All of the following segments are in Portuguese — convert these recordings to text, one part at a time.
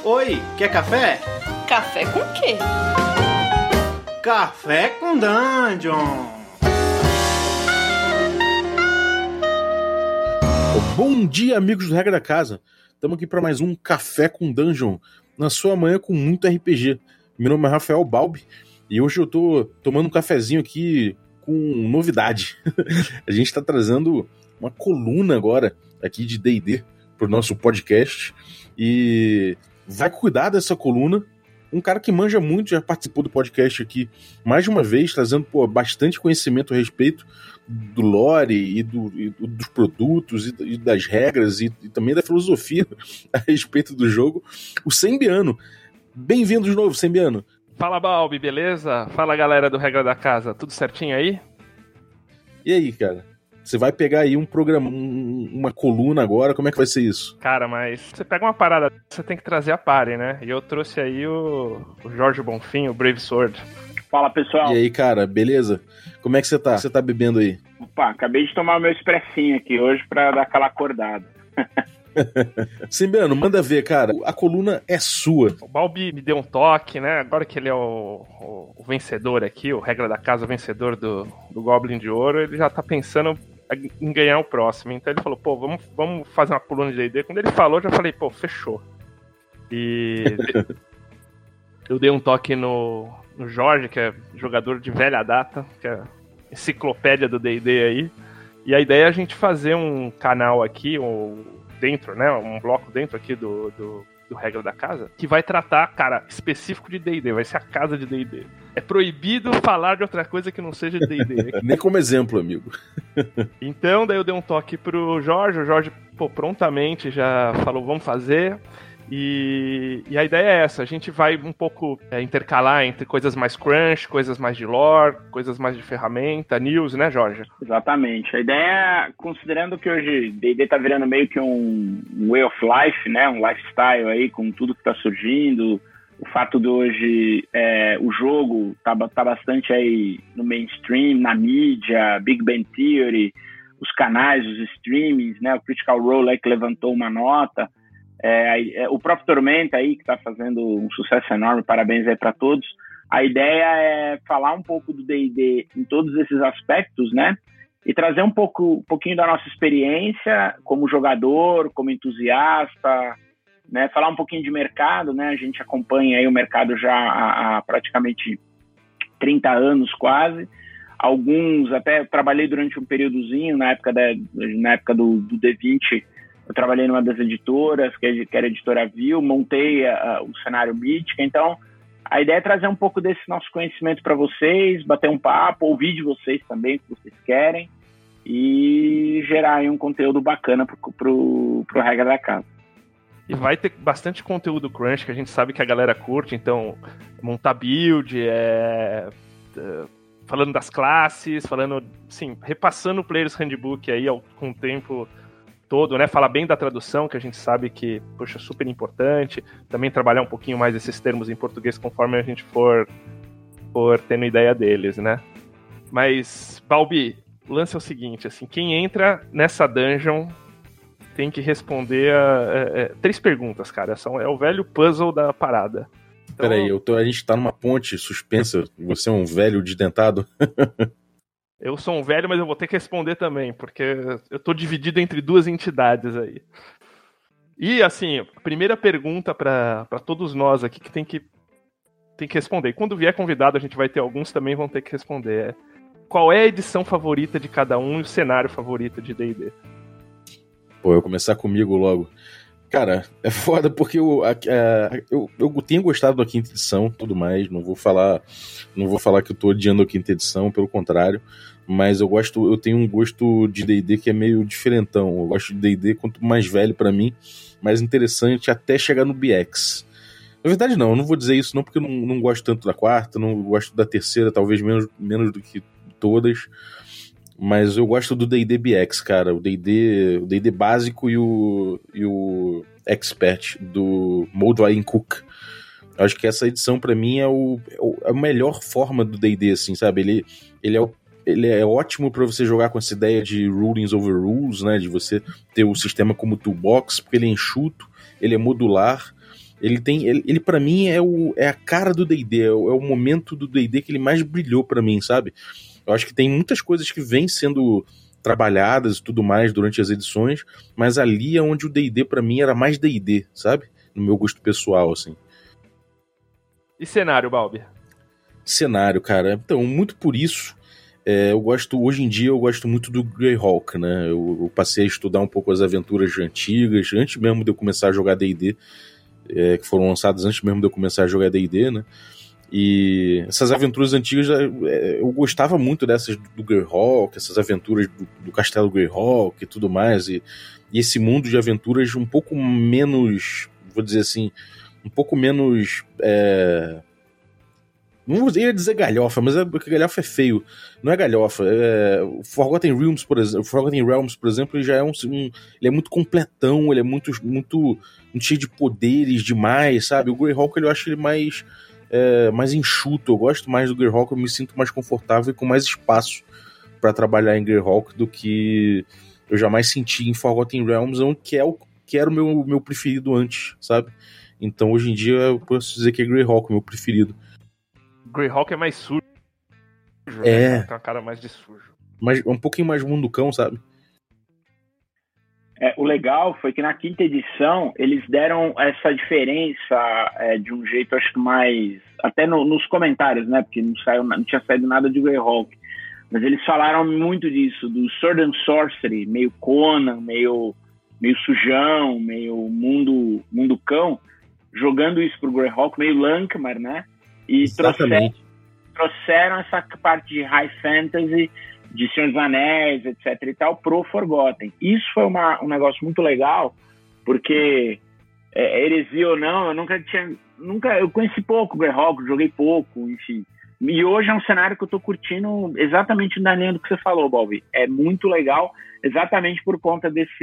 Oi, quer café? Café com quê? Café com Dungeon! Bom dia, amigos do Regra da Casa. Estamos aqui para mais um Café com Dungeon, na sua manhã com muito RPG. Meu nome é Rafael Balbi e hoje eu tô tomando um cafezinho aqui com novidade. A gente está trazendo uma coluna agora aqui de D&D pro nosso podcast e vai cuidar dessa coluna um cara que manja muito, já participou do podcast aqui mais de uma vez, trazendo bastante conhecimento a respeito do lore e dos produtos e das regras e também da filosofia a respeito do jogo, o Sembiano. Bem-vindo de novo, Sembiano. Fala, Balbi, beleza? Fala, galera do Regra da Casa, tudo certinho aí? E aí, cara? Você vai pegar aí um programa, uma coluna agora, como é que vai ser isso? Cara, mas você pega uma parada, você tem que trazer a party, né? E eu trouxe aí o Jorge Bonfim, o Brave Sword. Fala, pessoal. E aí, cara, beleza? Como é que você tá? Você tá bebendo aí? Opa, acabei de tomar o meu expressinho aqui hoje pra dar aquela acordada. Sembiano, manda ver, cara. A coluna é sua. O Balbi me deu um toque, né? Agora que ele é o vencedor aqui, o Regra da Casa, o vencedor do Goblin de Ouro, ele já tá pensando em ganhar o próximo. Então ele falou, pô, vamos fazer uma coluna de D&D. Quando ele falou, eu já falei, pô, fechou. E eu dei um toque no Jorge, que é jogador de velha data, que é enciclopédia do D&D aí. E a ideia é a gente fazer um canal aqui, dentro, né, um bloco dentro aqui do Regra da Casa, que vai tratar, cara, específico de D&D, vai ser a casa de D&D. É proibido falar de outra coisa que não seja D&D. Nem como exemplo, amigo. Então, daí eu dei um toque pro Jorge, o Jorge, prontamente já falou, vamos fazer. E a ideia é essa, a gente vai um pouco intercalar entre coisas mais crunch, coisas mais de lore, coisas mais de ferramenta, news, né, Jorge? Exatamente. A ideia, considerando que hoje D&D tá virando meio que um way of life, né, um lifestyle aí, com tudo que tá surgindo, o fato de hoje o jogo tá bastante aí no mainstream, na mídia, Big Bang Theory, os canais, os streamings, né, o Critical Role aí que levantou uma nota, o próprio Tormenta aí, que está fazendo um sucesso enorme, parabéns aí para todos. A ideia é falar um pouco do D&D em todos esses aspectos, né? E trazer um pouquinho da nossa experiência como jogador, como entusiasta, né? Falar um pouquinho de mercado, né? A gente acompanha aí o mercado já há praticamente 30 anos quase. Alguns, até eu trabalhei durante um períodozinho, na época do D20, eu trabalhei numa das editoras, que era a editora Viu, montei o cenário Mítica. Então, a ideia é trazer um pouco desse nosso conhecimento para vocês, bater um papo, ouvir de vocês também, o que vocês querem, e gerar aí um conteúdo bacana pro Regra da Casa. E vai ter bastante conteúdo crunch, que a gente sabe que a galera curte, então, montar build, falando das classes, falando, assim, repassando o Player's Handbook aí com o tempo todo, né? Falar bem da tradução, que a gente sabe que, poxa, é super importante. Também trabalhar um pouquinho mais esses termos em português conforme a gente for tendo ideia deles, né? Mas, Balbi, o lance é o seguinte, assim, quem entra nessa dungeon tem que responder 3 perguntas, cara. É o velho puzzle da parada. Então... Peraí, a gente tá numa ponte suspensa, você é um velho desdentado? Eu sou um velho, mas eu vou ter que responder também, porque eu tô dividido entre 2 entidades aí. E, assim, a primeira pergunta pra todos nós aqui que tem que responder. E quando vier convidado, a gente vai ter alguns também vão ter que responder. Qual é a edição favorita de cada um e o cenário favorito de D&D? Pô, eu vou começar comigo logo. Cara, é foda porque eu tenho gostado da 5ª edição, tudo mais, não vou falar que eu tô odiando a 5ª edição, pelo contrário, mas eu tenho um gosto de D&D que é meio diferentão. Eu gosto de D&D quanto mais velho pra mim, mais interessante até chegar no BX. Na verdade não, eu não vou dizer isso não, porque eu não gosto tanto da 4ª, não gosto da 3ª, talvez menos do que todas. Mas eu gosto do D&D BX, cara. O D&D básico e o Expert do Moldwain Cook. Acho que essa edição, pra mim, é a melhor forma do D&D, assim, sabe? Ele é ótimo pra você jogar com essa ideia de rulings over rules, né? De você ter o sistema como toolbox, porque ele é enxuto, ele é modular, Ele para mim é a cara do D&D, é o momento do D&D que ele mais brilhou para mim, sabe? Eu acho que tem muitas coisas que vêm sendo trabalhadas e tudo mais durante as edições, mas ali é onde o D&D para mim era mais D&D, sabe? No meu gosto pessoal, assim. E cenário, Balbi? Cenário, cara. Então, muito por isso, hoje em dia eu gosto muito do Greyhawk, né? Eu passei a estudar um pouco as aventuras antigas, antes mesmo de eu começar a jogar D&D, que foram lançadas antes mesmo de eu começar a jogar D&D, né? E essas aventuras antigas, eu gostava muito dessas do Greyhawk, essas aventuras do Castelo Greyhawk e tudo mais, e esse mundo de aventuras um pouco menos, vou dizer assim, um pouco menos... Não ia dizer galhofa, mas porque galhofa é feio. Não é galhofa. O Forgotten Realms, por exemplo, ele já é ele é muito completão, ele é muito cheio de poderes demais, sabe? O Greyhawk, eu acho ele mais enxuto. Eu gosto mais do Greyhawk, eu me sinto mais confortável e com mais espaço para trabalhar em Greyhawk do que eu jamais senti em Forgotten Realms, que era o meu preferido antes, sabe? Então hoje em dia eu posso dizer que é Greyhawk o meu preferido. Greyhawk é mais sujo, né? Tem uma cara mais de sujo. Mas um pouquinho mais munducão, sabe? O legal foi que na quinta edição eles deram essa diferença de um jeito, acho que mais... Até nos comentários, né? Porque não tinha saído nada de Greyhawk. Mas eles falaram muito disso, do Sword and Sorcery, meio Conan, meio sujão, meio mundo cão, jogando isso pro Greyhawk, meio Lankmar, né? E trouxeram essa parte de high fantasy, de Senhor dos Anéis, etc e tal, pro Forgotten. Isso foi um negócio muito legal, porque heresia ou não, eu conheci pouco o Greyhawk, joguei pouco, enfim. E hoje é um cenário que eu tô curtindo exatamente na linha do que você falou, Balbi. É muito legal, exatamente por conta dessa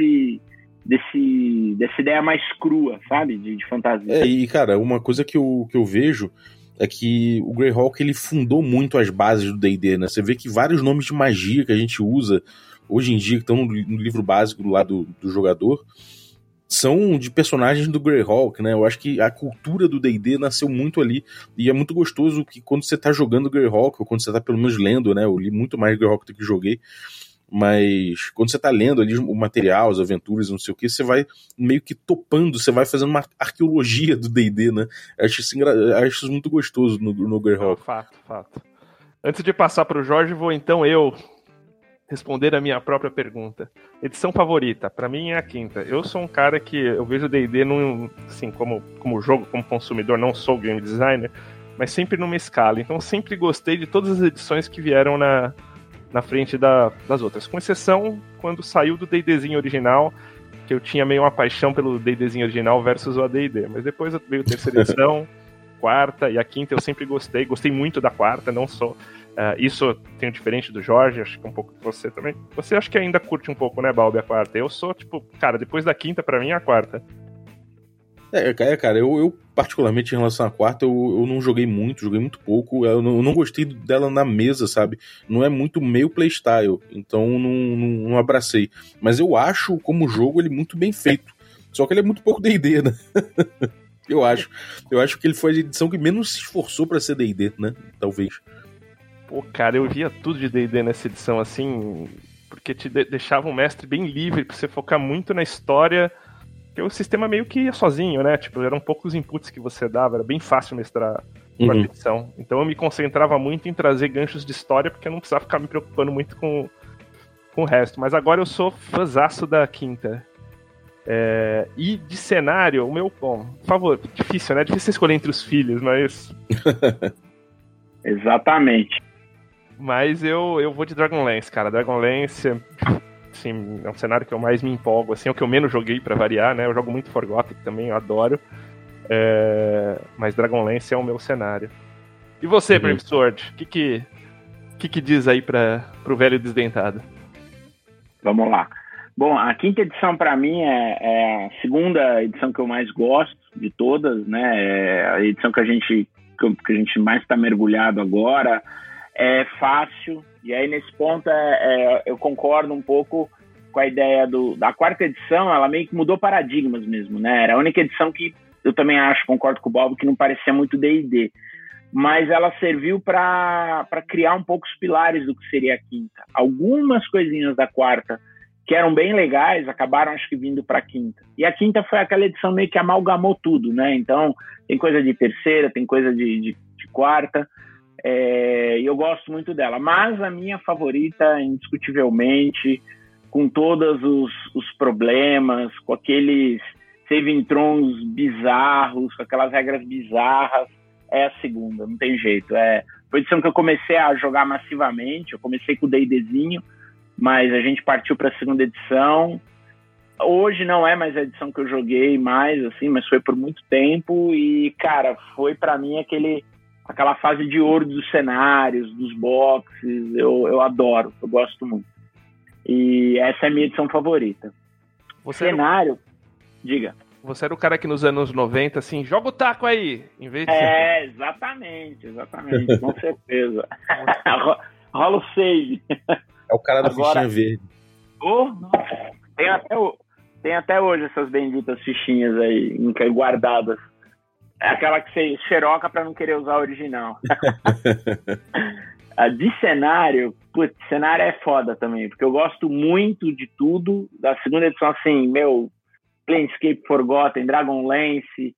ideia mais crua, sabe? De fantasia. E cara, uma coisa que eu vejo é que o Greyhawk, ele fundou muito as bases do D&D, né? Você vê que vários nomes de magia que a gente usa hoje em dia, que estão no livro básico do lado do jogador, são de personagens do Greyhawk, né? Eu acho que a cultura do D&D nasceu muito ali, e é muito gostoso que quando você tá jogando Greyhawk, ou quando você tá pelo menos lendo, né? Eu li muito mais Greyhawk do que joguei, mas quando você tá lendo ali o material, as aventuras, não sei o que, você vai meio que topando, você vai fazendo uma arqueologia do D&D, né? Acho isso muito gostoso no Greyhawk. Fato. Antes de passar pro Jorge, vou então eu responder a minha própria pergunta. Edição favorita, pra mim é a quinta. Eu sou um cara que eu vejo o D&D assim, como jogo, como consumidor, não sou game designer, mas sempre numa escala. Então sempre gostei de todas as edições que vieram na frente das outras, com exceção quando saiu do D&Dzinho original, que eu tinha meio uma paixão pelo D&Dzinho original versus o AD&D, mas depois veio a terceira edição, quarta e a quinta eu sempre gostei muito da quarta, não sou... isso eu tenho diferente do Jorge, acho que um pouco de você também. Você acho que ainda curte um pouco, né, Balbi, a quarta? Eu sou, cara, depois da quinta, pra mim é a quarta. Cara, eu particularmente em relação à quarta, eu não joguei muito pouco, eu não gostei dela na mesa, sabe? Não é muito meu playstyle, então não abracei. Mas eu acho, como jogo, ele muito bem feito. Só que ele é muito pouco D&D, né? Eu acho que ele foi a edição que menos se esforçou pra ser D&D, né? Talvez. Pô, cara, eu via tudo de D&D nessa edição, assim, porque te deixava um mestre bem livre pra você focar muito na história, porque o sistema meio que ia sozinho, né? Eram poucos inputs que você dava, era bem fácil mestrar com a edição. Então eu me concentrava muito em trazer ganchos de história, porque eu não precisava ficar me preocupando muito com o resto. Mas agora eu sou fãzaço da quinta. E de cenário, o meu... Bom, por favor, difícil, né? Difícil escolher entre os filhos, mas... Exatamente. Mas eu vou de Dragonlance, cara. Dragonlance, assim, é um cenário que eu mais me empolgo, assim, é o que eu menos joguei pra variar, né? Eu jogo muito Forgotten também, eu adoro. Mas Dragonlance é o meu cenário. E você, Brave Sword? O que diz aí pro velho desdentado? Vamos lá. Bom, a quinta edição pra mim é a segunda edição que eu mais gosto de todas, né? É a edição que a gente mais está mergulhado agora. É fácil, e aí nesse ponto eu concordo um pouco com a ideia da quarta edição. Ela meio que mudou paradigmas mesmo, né? Era a única edição que eu também acho, concordo com o Bob, que não parecia muito D&D. Mas ela serviu para criar um pouco os pilares do que seria a quinta. Algumas coisinhas da quarta que eram bem legais, acabaram, acho que, vindo para a quinta. E a quinta foi aquela edição meio que amalgamou tudo, né? Então, tem coisa de terceira, tem coisa de quarta, e eu gosto muito dela. Mas a minha favorita, indiscutivelmente, com todos os problemas, com aqueles saving throws bizarros, com aquelas regras bizarras, é a segunda, não tem jeito. Foi a edição que eu comecei a jogar massivamente, eu comecei com o D&Dzinho, mas a gente partiu para a segunda edição. Hoje não é mais a edição que eu joguei mais, assim, mas foi por muito tempo e, cara, foi para mim aquela fase de ouro dos cenários, dos boxes, eu adoro, eu gosto muito. E essa é a minha edição favorita. Cenário, diga. Você era o cara que nos anos 90, assim, joga o taco aí, em vez de... exatamente, com certeza. Rola o save. É o cara da fichinha verde. Tem até hoje essas benditas fichinhas aí guardadas. É aquela que você xeroca pra não querer usar a original. De cenário, cenário é foda também, porque eu gosto muito de tudo. Da segunda edição, assim, Planescape Forgotten, Dragonlance,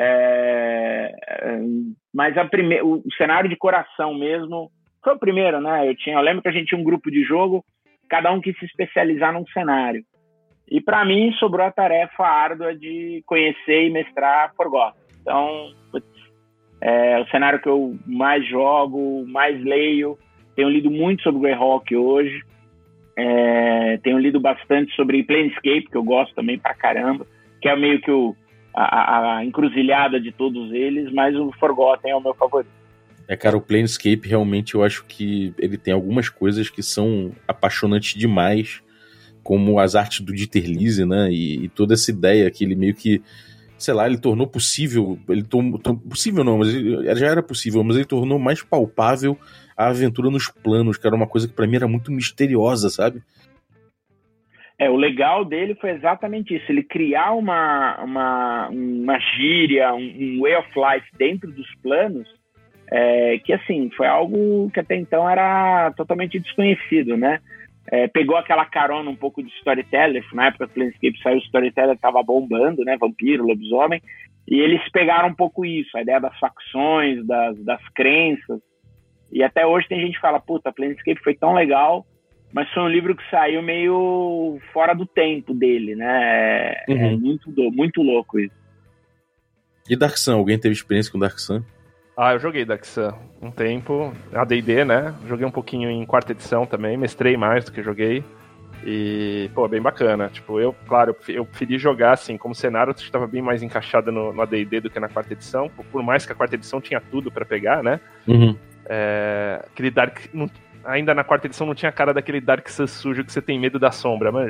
mas o cenário de coração mesmo foi o primeiro, né? Eu lembro que a gente tinha um grupo de jogo, cada um quis se especializar num cenário. E para mim sobrou a tarefa árdua de conhecer e mestrar Forgotten. Então, é o cenário que eu mais jogo, mais leio. Tenho lido muito sobre Greyhawk hoje. Tenho lido bastante sobre Planescape, que eu gosto também pra caramba, que é meio que a encruzilhada de todos eles, mas o Forgotten é o meu favorito. Cara, o Planescape realmente eu acho que ele tem algumas coisas que são apaixonantes demais, como as artes do Dieter Lise, né, e toda essa ideia que ele meio que, sei lá, ele tornou possível, possível não, mas ele já era possível, mas ele tornou mais palpável a aventura nos planos, que era uma coisa que pra mim era muito misteriosa, sabe? O legal dele foi exatamente isso, ele criar uma gíria, um way of life dentro dos planos, que assim, foi algo que até então era totalmente desconhecido, né? Pegou aquela carona um pouco de Storyteller, na época que o Planescape saiu, o Storyteller tava bombando, né? Vampiro, lobisomem, e eles pegaram um pouco isso, a ideia das facções, das crenças, e até hoje tem gente que fala, puta, Planescape foi tão legal, mas foi um livro que saiu meio fora do tempo dele, né? É muito louco isso. E Dark Sun? Alguém teve experiência com Dark Sun? Eu joguei Dark Sun um tempo, a D&D, né? Joguei um pouquinho em quarta edição também, mestrei mais do que joguei. E, bem bacana. Tipo, eu preferi jogar, assim, como cenário, eu estava bem mais encaixado no AD&D do que na quarta edição, por mais que a quarta edição tinha tudo pra pegar, né? Aquele Dark... Ainda na quarta edição não tinha a cara daquele Dark Sun sujo que você tem medo da sombra, manja.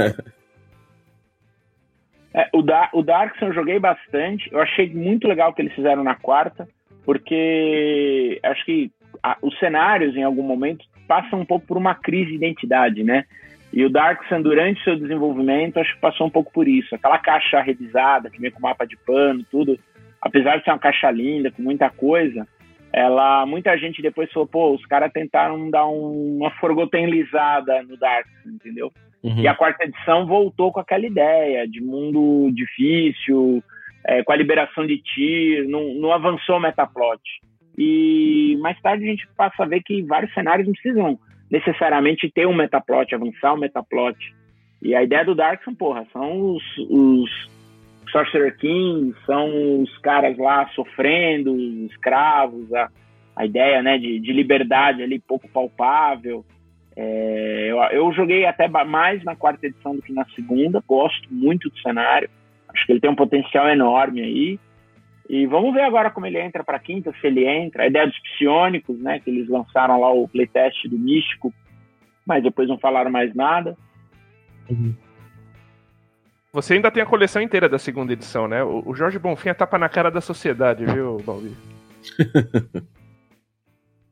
O Dark Sun eu joguei bastante, eu achei muito legal o que eles fizeram na quarta, porque acho que os cenários, em algum momento, passam um pouco por uma crise de identidade, né? E o Dark Sun, durante seu desenvolvimento, acho que passou um pouco por isso. Aquela caixa revisada, que vem com mapa de pano, tudo, apesar de ser uma caixa linda, com muita coisa, muita gente depois falou, os caras tentaram dar uma forgotenlizada no Dark Sun, entendeu? E a quarta edição voltou com aquela ideia de mundo difícil, com a liberação de Tyr, não avançou o metaplot. E mais tarde a gente passa a ver que vários cenários não precisam necessariamente ter um metaplot, avançar o metaplot. E a ideia do Dark Sun, são os Sorcerer Kings, são os caras lá sofrendo, os escravos, a ideia, né, de liberdade ali pouco palpável. Eu joguei até mais na quarta edição do que na segunda, gosto muito do cenário, acho que ele tem um potencial enorme aí, e vamos ver agora como ele entra para quinta, se ele entra, a ideia dos psionicos, né, que eles lançaram lá o playtest do Místico, mas depois não falaram mais nada. Você ainda tem a coleção inteira da segunda edição, né? O Jorge Bonfim é tapa na cara da sociedade, viu, Balbi?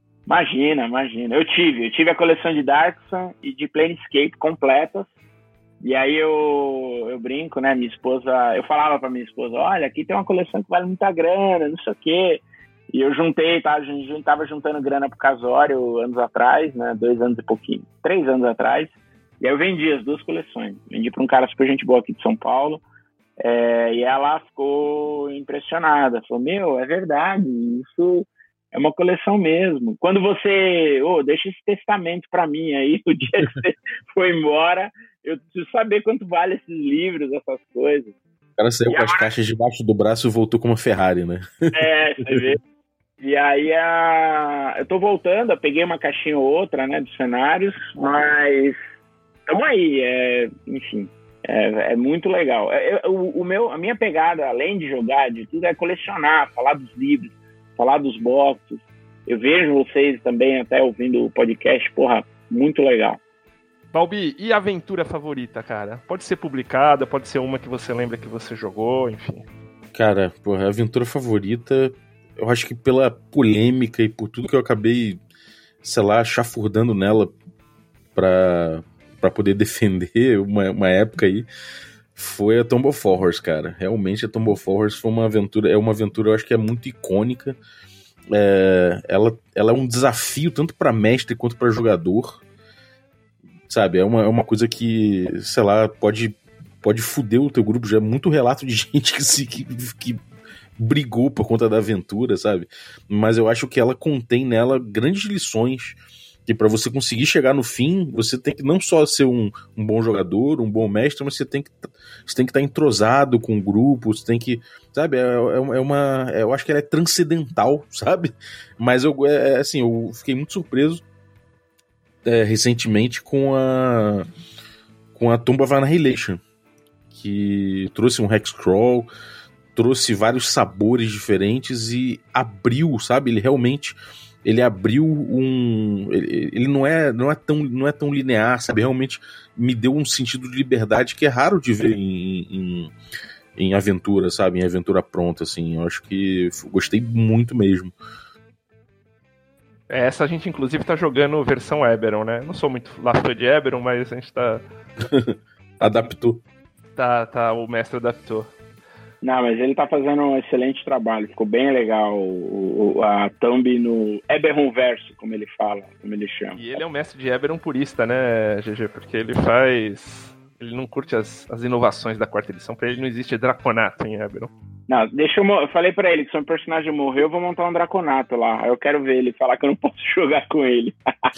Imagina. Eu tive a coleção de Dark Sun e de Planescape completas. E aí eu brinco, né? Minha esposa, eu falava pra minha esposa, olha, aqui tem uma coleção que vale muita grana, não sei o quê. E eu juntei, tá? A gente tava juntando grana pro casório anos atrás, né? 2 anos e pouquinho, 3 anos atrás. E aí eu vendi as 2 coleções. Vendi pra um cara super gente boa aqui de São Paulo. E ela ficou impressionada. Falou, meu, é verdade, isso é uma coleção mesmo. Quando você, deixa esse testamento pra mim aí, o dia que você foi embora, eu preciso saber quanto vale esses livros, essas coisas. O cara saiu com as caixas debaixo do braço e voltou com uma Ferrari, né? Você vê. E aí eu tô voltando, eu peguei uma caixinha ou outra, né, dos cenários, mas tamo aí, enfim, é muito legal. A minha pegada, além de jogar, de tudo, é colecionar, falar dos livros, falar dos boxes. Eu vejo vocês também até ouvindo o podcast, porra, muito legal. Balbi, e a aventura favorita, cara? Pode ser publicada, pode ser uma que você lembra que você jogou, enfim. Cara, porra, a aventura favorita, eu acho que pela polêmica e por tudo que eu acabei, sei lá, chafurdando nela pra poder defender uma época aí, foi a Tomb of Horrors, cara. Realmente a Tomb of Horrors foi uma aventura, eu acho que é muito icônica. Ela é um desafio tanto pra mestre quanto pra jogador. Sabe, é uma coisa que, sei lá, pode fuder o teu grupo. Já é muito relato de gente que brigou por conta da aventura, sabe? Mas eu acho que ela contém nela grandes lições que pra você conseguir chegar no fim, você tem que não só ser um bom jogador, um bom mestre, mas você tem que estar entrosado com o grupo, você tem que, sabe, eu acho que ela é transcendental, sabe? Mas eu fiquei muito surpreso recentemente com a Tomb of Annihilation, que trouxe um hexcrawl, trouxe vários sabores diferentes e abriu, sabe? Ele abriu ele não é tão linear, sabe? Realmente me deu um sentido de liberdade que é raro de ver em aventura, sabe? Em aventura pronta, assim. Eu acho que gostei muito mesmo. Essa a gente, inclusive, tá jogando versão Eberron, né? Não sou muito lá fã de Eberron, mas a gente tá... Adaptou. Tá, o mestre adaptou. Não, mas ele tá fazendo um excelente trabalho. Ficou bem legal a thumb no Eberron verso, como ele fala, como ele chama. E ele é um mestre de Eberron purista, né, GG? Porque ele faz... Ele não curte as inovações da 4ª edição. Pra ele não existe Draconato em Eberron. Não, eu falei pra ele que se um personagem morreu, eu vou montar um Draconato lá. Eu quero ver ele falar que eu não posso jogar com ele.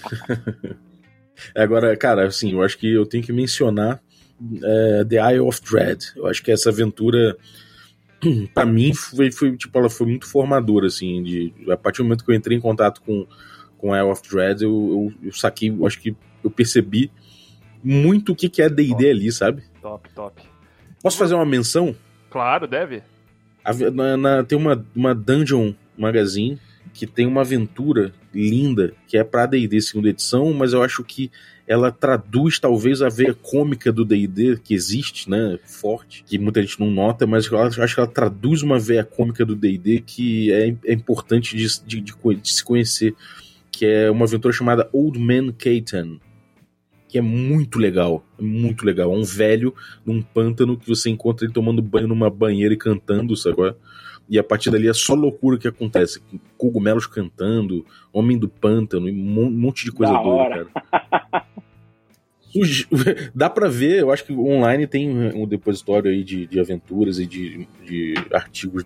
Agora, cara, assim, eu acho que eu tenho que mencionar The Isle of Dread. Eu acho que essa aventura, pra mim, ela foi muito formadora, assim, a partir do momento que eu entrei em contato com Isle of Dread, eu saquei, eu acho que eu percebi muito o que é D&D ali, sabe? Top. Posso fazer uma menção? Claro, deve. Tem uma Dungeon Magazine que tem uma aventura linda que é pra D&D 2ª edição, mas eu acho que ela traduz talvez a veia cômica do D&D que existe, né, forte, que muita gente não nota, mas eu acho que ela traduz uma veia cômica do D&D que é importante de se conhecer, que é uma aventura chamada Old Man Catan, que é muito legal, é um velho num pântano que você encontra ele tomando banho numa banheira e cantando, sabe? E a partir dali é só loucura que acontece, cogumelos cantando, homem do pântano e um monte de coisa doida, cara. Dá pra ver, eu acho que online tem um depositório aí de aventuras e de artigos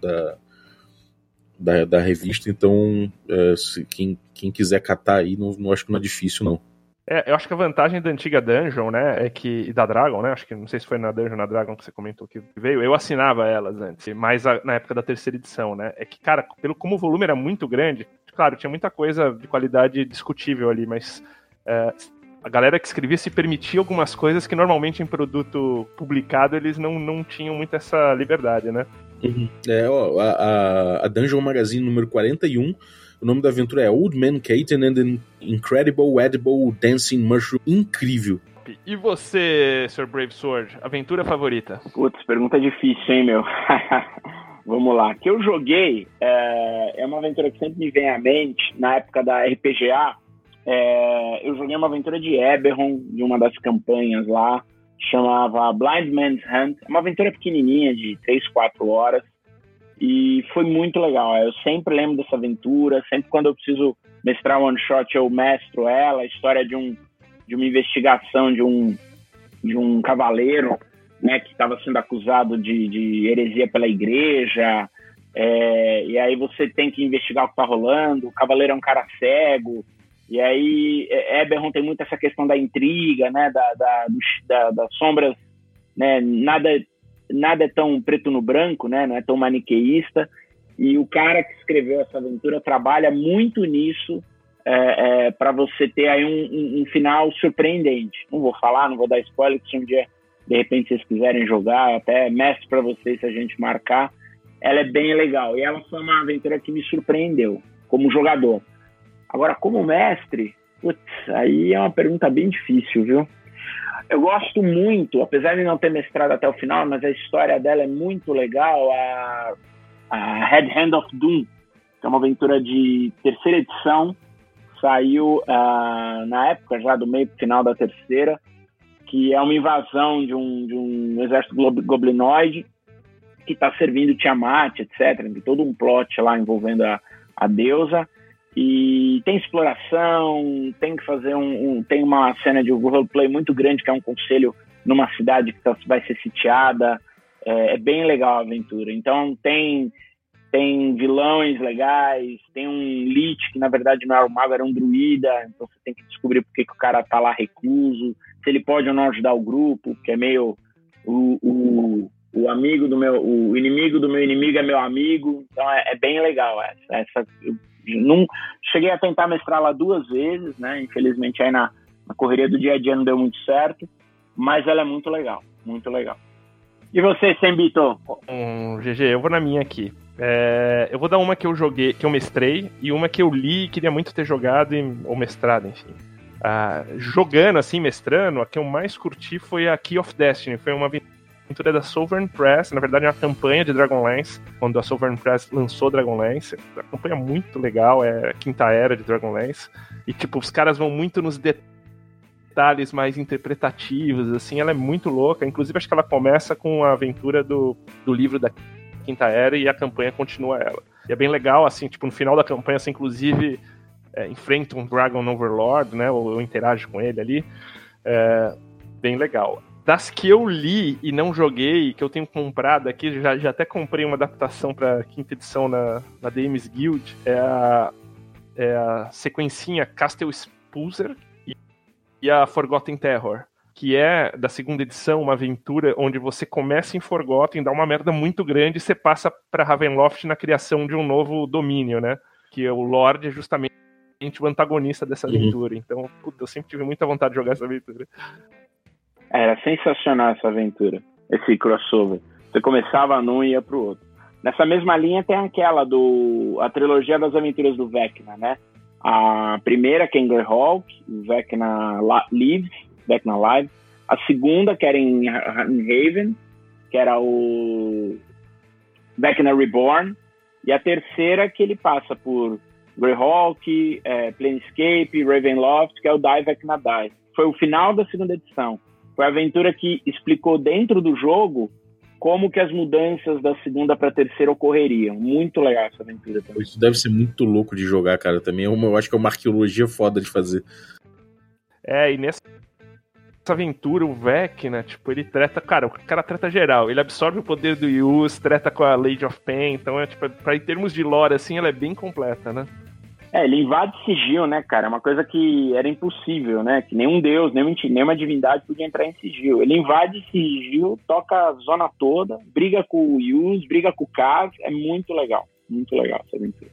da revista, então quem quiser catar aí, não acho que não é difícil não. Eu acho que a vantagem da antiga Dungeon, né, e da Dragon, né, acho que, não sei se foi na Dungeon ou na Dragon que você comentou que veio, eu assinava elas antes, mas na época da 3ª edição, né, é que, cara, como o volume era muito grande, claro, tinha muita coisa de qualidade discutível ali, mas a galera que escrevia se permitia algumas coisas que normalmente em produto publicado eles não tinham muito essa liberdade, né. Uhum. A Dungeon Magazine número 41, o nome da aventura é Old Man Catan and an Incredible Edible Dancing Mushroom. Incrível. E você, Sr. Brave Sword, aventura favorita? Putz, pergunta difícil, hein, meu? Vamos lá. Que eu joguei, é uma aventura que sempre me vem à mente, na época da RPGA, eu joguei uma aventura de Eberron, de uma das campanhas lá, chamava Blind Man's Hunt. É uma aventura pequenininha de 3, 4 horas e foi muito legal. Eu sempre lembro dessa aventura, sempre quando eu preciso mestrar one shot eu mestro ela. A história de uma investigação de um cavaleiro, né, que estava sendo acusado de heresia pela igreja, e aí você tem que investigar o que está rolando. O cavaleiro é um cara cego, e aí Eberron tem muito essa questão da intriga, né, das sombras, né, nada é tão preto no branco, né, não é tão maniqueísta, e o cara que escreveu essa aventura trabalha muito nisso, para você ter aí um final surpreendente. Não vou falar, não vou dar spoiler, que se um dia de repente vocês quiserem jogar, até mestre para vocês se a gente marcar, ela é bem legal. E ela foi uma aventura que me surpreendeu como jogador. Agora, como mestre, putz, aí é uma pergunta bem difícil, viu? Eu gosto muito, apesar de não ter mestrado até o final, mas a história dela é muito legal, a Red Hand of Doom, que é uma aventura de 3ª edição, saiu na época já do meio pro final da 3ª, que é uma invasão de um exército goblinoide que está servindo Tiamat, etc. Tem todo um plot lá envolvendo a deusa. E tem exploração, tem que fazer tem uma cena de roleplay muito grande, que é um conselho numa cidade que vai ser sitiada. É bem legal a aventura. Então tem vilões legais, tem um Lich, que na verdade não era um mago, era um druida, então você tem que descobrir por que o cara tá lá recluso, se ele pode ou não ajudar o grupo, que é meio o amigo do meu, o inimigo do meu inimigo é meu amigo. Então é bem legal essa. Eu não cheguei a tentar mestrá-la 2 vezes, né? Infelizmente aí na correria do dia a dia não deu muito certo, mas ela é muito legal, muito legal. E você, Sembito? GG, eu vou na minha aqui. Eu vou dar uma que eu joguei, que eu mestrei, e uma que eu li e queria muito ter jogado ou mestrado, enfim. Jogando, assim, mestrando, a que eu mais curti foi a Key of Destiny. Foi uma aventura da Sovereign Press, na verdade é uma campanha de Dragonlance, quando a Sovereign Press lançou Dragonlance. A campanha muito legal, é a 5ª era de Dragonlance. E, tipo, os caras vão muito nos detalhes mais interpretativos, assim, ela é muito louca. Inclusive, acho que ela começa com a aventura do livro da 5ª Era e a campanha continua ela. E é bem legal, assim, tipo, no final da campanha você, inclusive, enfrenta um Dragon Overlord, né, ou interage com ele ali. Bem legal. Das que eu li e não joguei, que eu tenho comprado aqui, já até comprei uma adaptação para 5ª edição na DMs Guild, é a sequencinha Castle Expulser e a Forgotten Terror, que é, da 2ª edição, uma aventura onde você começa em Forgotten, dá uma merda muito grande e você passa pra Ravenloft na criação de um novo domínio, né? Que o Lorde é justamente o antagonista dessa aventura. Então, puta, eu sempre tive muita vontade de jogar essa aventura. Era sensacional essa aventura, esse crossover. Você começava num e ia pro outro. Nessa mesma linha tem aquela a trilogia das aventuras do Vecna, né? A primeira, que é em Greyhawk, Vecna Lives, Vecna Live. A segunda, que era em Haven, que era o Vecna Reborn. E a terceira, que ele passa por Greyhawk, Planescape, Ravenloft, que é o Die Vecna Die. Foi o final da 2ª edição. Foi a aventura que explicou dentro do jogo como que as mudanças da 2ª para a 3ª ocorreriam. Muito legal essa aventura também. Isso deve ser muito louco de jogar, cara. Também eu acho que é uma arqueologia foda de fazer. E nessa aventura, o Vecna, tipo, ele treta... Cara, o cara treta geral. Ele absorve o poder do Yus, treta com a Lady of Pain. Então, tipo, em termos de lore, assim, ela é bem completa, né? Ele invade sigil, né, cara? É uma coisa que era impossível, né? Que nenhum deus, nenhuma divindade podia entrar em sigil. Ele invade sigil, toca a zona toda, briga com o Yus, briga com o Kaz. É muito legal essa aventura.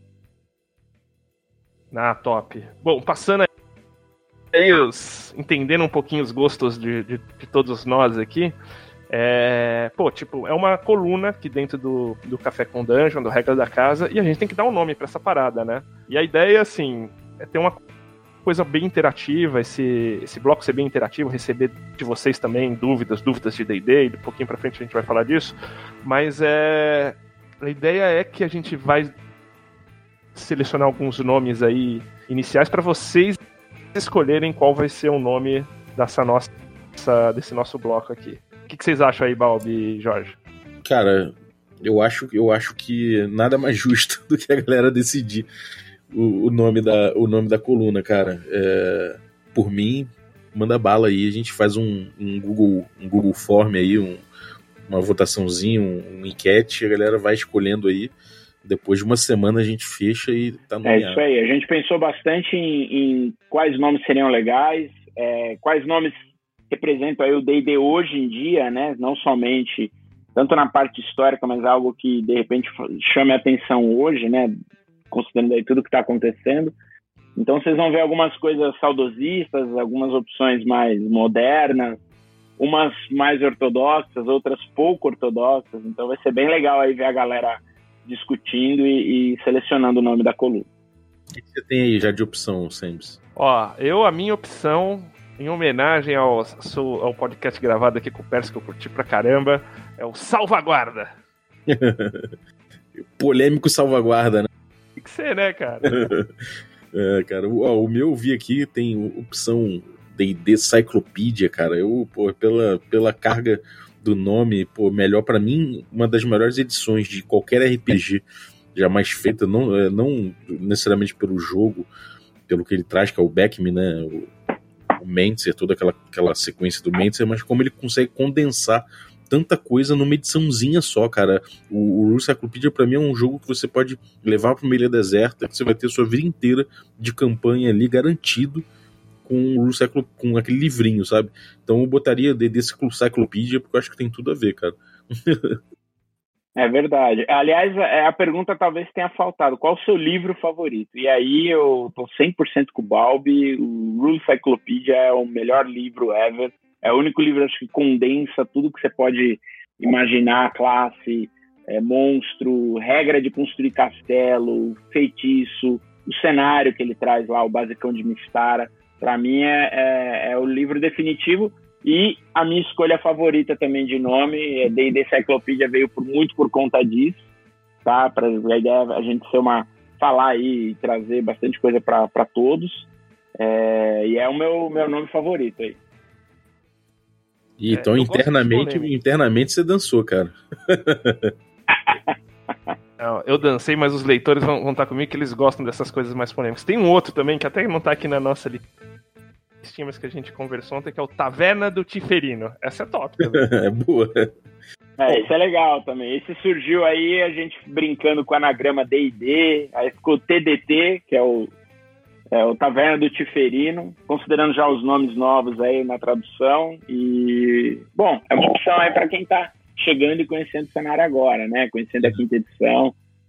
Top. Bom, passando aí, entendendo um pouquinho os gostos de todos nós aqui, é uma coluna aqui dentro do Café com Dungeon, do Regra da Casa, e a gente tem que dar um nome pra essa parada, né? E a ideia, assim, é ter uma coisa bem interativa, esse bloco ser bem interativo, receber de vocês também dúvidas de D&D, e um pouquinho pra frente a gente vai falar disso, mas a ideia é que a gente vai selecionar alguns nomes aí iniciais pra vocês escolherem qual vai ser o nome dessa nossa desse nosso bloco aqui. O que vocês acham aí, Balbi e Jorge? Cara, eu acho que nada mais justo do que a galera decidir o nome da coluna, cara. Por mim, manda bala aí, a gente faz um Google Form aí, uma votaçãozinha, uma enquete, a galera vai escolhendo aí. Depois de uma semana a gente fecha e tá nomeado. É isso aí, a gente pensou bastante em quais nomes seriam legais, quais nomes representam aí o D&D hoje em dia, né? Não somente, tanto na parte histórica, mas algo que de repente chame a atenção hoje, né? Considerando aí tudo que está acontecendo. Então vocês vão ver algumas coisas saudosistas, algumas opções mais modernas, umas mais ortodoxas, outras pouco ortodoxas. Então vai ser bem legal aí ver a galera discutindo e selecionando o nome da coluna. O que você tem aí já de opção, Sams? Ó, a minha opção, em homenagem ao podcast gravado aqui com o Pérez, que eu curti pra caramba, é o Salvaguarda. Polêmico Salvaguarda, né? Tem que ser, né, cara? Cara, o meu eu vi aqui, tem opção D&D Cyclopedia, cara. Pela carga do nome, melhor pra mim, uma das melhores edições de qualquer RPG jamais feita, não necessariamente pelo jogo, pelo que ele traz, que é o Beckman, né? O Mentzer, toda aquela sequência do Mentzer, mas como ele consegue condensar tanta coisa numa ediçãozinha só, cara. O Rule Cyclopedia pra mim é um jogo que você pode levar pra uma ilha deserta, que você vai ter a sua vida inteira de campanha ali garantido com aquele livrinho, sabe? Então eu botaria desse Cyclopedia porque eu acho que tem tudo a ver, cara. É verdade. Aliás, a pergunta talvez tenha faltado. Qual o seu livro favorito? E aí eu tô 100% com o Balbi. O Rule Cyclopedia é o melhor livro ever. É o único livro, acho que condensa tudo que você pode imaginar, classe, monstro, regra de construir castelo, feitiço, o cenário que ele traz lá, o basicão de Mistara. Para mim é o livro definitivo. E a minha escolha favorita também de nome, D&D Cyclopedia, veio muito por conta disso, tá? A ideia é a gente falar aí e trazer bastante coisa para todos. E é o meu nome favorito aí. Então, internamente você dançou, cara. Não, eu dancei, mas os leitores vão estar comigo que eles gostam dessas coisas mais polêmicas. Tem um outro também, que até não tá aqui na nossa listinha, mas que a gente conversou ontem, que é o Taverna do Tiferino. Essa é top também. É boa. Esse é legal também. Esse surgiu aí, a gente brincando com o anagrama D&D, aí ficou TDT, que é o Taverna do Tiferino, considerando já os nomes novos aí na tradução. E, bom, é uma opção aí para quem tá chegando e conhecendo o cenário agora, né? Conhecendo a quinta edição.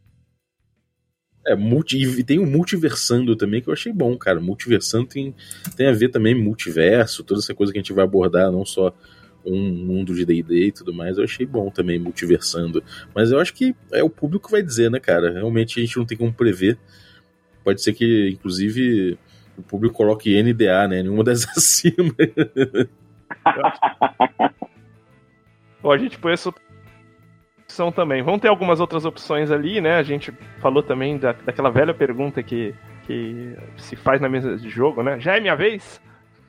E tem o Multiversando também, que eu achei bom, cara. Multiversando tem a ver também multiverso, toda essa coisa que a gente vai abordar, não só um mundo de D&D e tudo mais. Eu achei bom também, Multiversando. Mas eu acho que o público que vai dizer, né, cara? Realmente a gente não tem como prever. Pode ser que, inclusive, o público coloque NDA, né? Nenhuma das acima. Bom, a gente põe essa opção também. Vão ter algumas outras opções ali, né? A gente falou também daquela velha pergunta que se faz na mesa de jogo, né? Já é minha vez?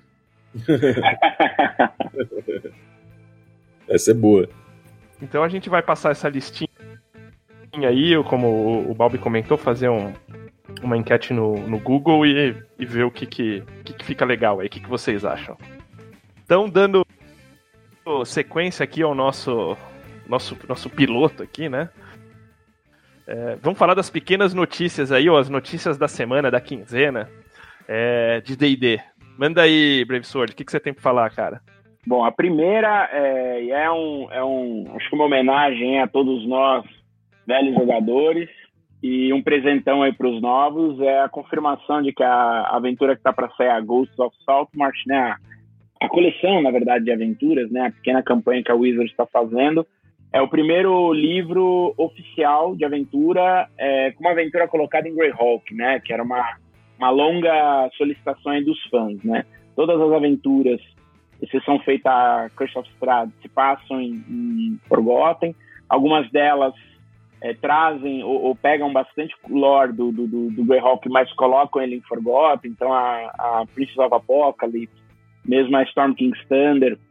Essa é boa. Então a gente vai passar essa listinha aí, como o Balbi comentou, fazer uma enquete no Google e ver o que fica legal aí, o que vocês acham. Então, dando sequência aqui ao nosso piloto aqui, né? Vamos falar das pequenas notícias aí, ou as notícias da semana, da quinzena, de D&D. Manda aí, Brave Sword, o que você tem pra falar, cara? Bom, a primeira acho que uma homenagem a todos nós, velhos jogadores, e um presentão aí para os novos, é a confirmação de que a aventura que está para sair, a Ghosts of Saltmarsh, né, a coleção, na verdade, de aventuras, né, a pequena campanha que a Wizards está fazendo, é o primeiro livro oficial de aventura, com uma aventura colocada em Greyhawk, né, que era uma longa solicitação aí dos fãs, né. Todas as aventuras, exceção feita a Curse of Strahd, se passam em Forgotten. Algumas delas trazem ou pegam bastante lore do Greyhawk, mas colocam ele em Forgotten. Então a Princess of Apocalypse, mesmo a Storm King's Thunder,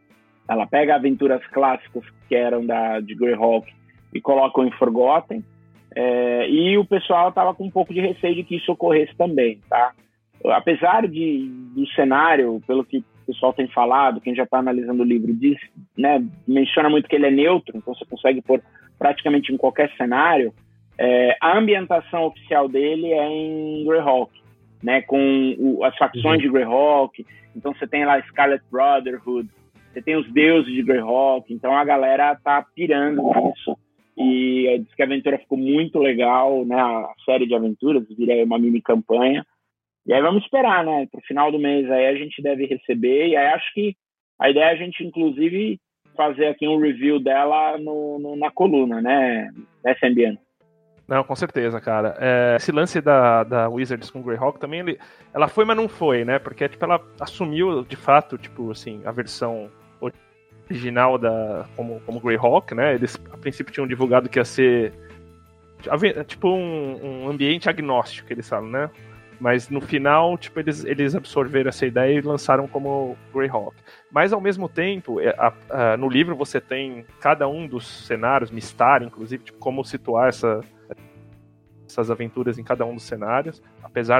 Ela pega aventuras clássicas que eram de Greyhawk e colocam em Forgotten. E o pessoal estava com um pouco de receio de que isso ocorresse também, tá? Apesar do cenário, pelo que o pessoal tem falado, quem já está analisando o livro diz, né, menciona muito que ele é neutro, então você consegue pôr praticamente em qualquer cenário. A ambientação oficial dele é em Greyhawk, né, com as facções de Greyhawk. Então você tem lá Scarlet Brotherhood, você tem os deuses de Greyhawk, então a galera tá pirando nisso. E diz que a aventura ficou muito legal, né? A série de aventuras vira uma mini campanha. E aí vamos esperar, né? Pro final do mês aí a gente deve receber. E aí acho que a ideia é a gente, inclusive, fazer aqui um review dela na coluna, né? Nessa ambiente. Não, com certeza, cara. Esse lance da Wizards com Greyhawk também, ela foi, mas não foi, né? Porque tipo, ela assumiu, de fato, tipo, assim, a versão original como Greyhawk, né? Eles a princípio tinham divulgado que ia ser tipo um ambiente agnóstico, eles falam, né? Mas no final, tipo, eles absorveram essa ideia e lançaram como Greyhawk. Mas ao mesmo tempo, no livro você tem cada um dos cenários, Mistar, inclusive, tipo, como situar essas aventuras em cada um dos cenários, apesar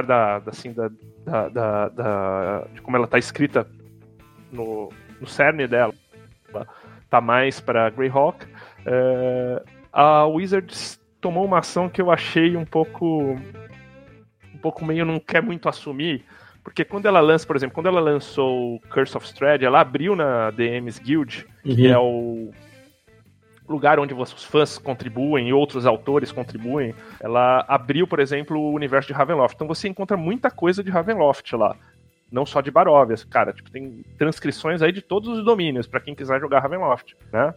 de como ela está escrita no cerne dela, tá mais para Greyhawk. A Wizards tomou uma ação que eu achei um pouco meio não quer muito assumir, porque quando ela lançou o Curse of Strahd, ela abriu na DM's Guild, que é o lugar onde os fãs contribuem e outros autores contribuem. Ela abriu, por exemplo, o universo de Ravenloft. Então você encontra muita coisa de Ravenloft lá. Não só de Barovia, cara, tipo, tem transcrições aí de todos os domínios para quem quiser jogar Ravenloft, né?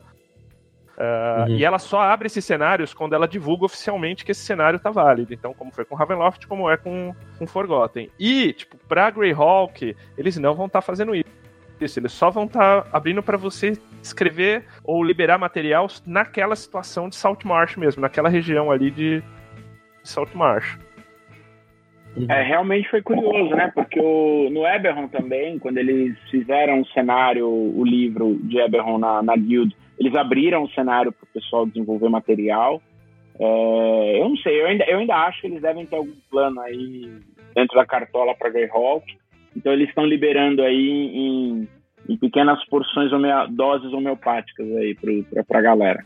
E ela só abre esses cenários quando ela divulga oficialmente que esse cenário tá válido. Então, como foi com Ravenloft, como é com Forgotten. E, tipo, pra Greyhawk, eles não vão estar fazendo isso. Eles só vão estar abrindo para você escrever ou liberar material naquela situação de Saltmarsh mesmo, naquela região ali de Saltmarsh. Realmente foi curioso, né? Porque no Eberron também, quando eles fizeram o cenário, o livro de Eberron na Guild, eles abriram o cenário para o pessoal desenvolver material. Eu não sei, eu ainda acho que eles devem ter algum plano aí dentro da cartola para Greyhawk. Então eles estão liberando aí em pequenas porções, doses homeopáticas aí para a galera.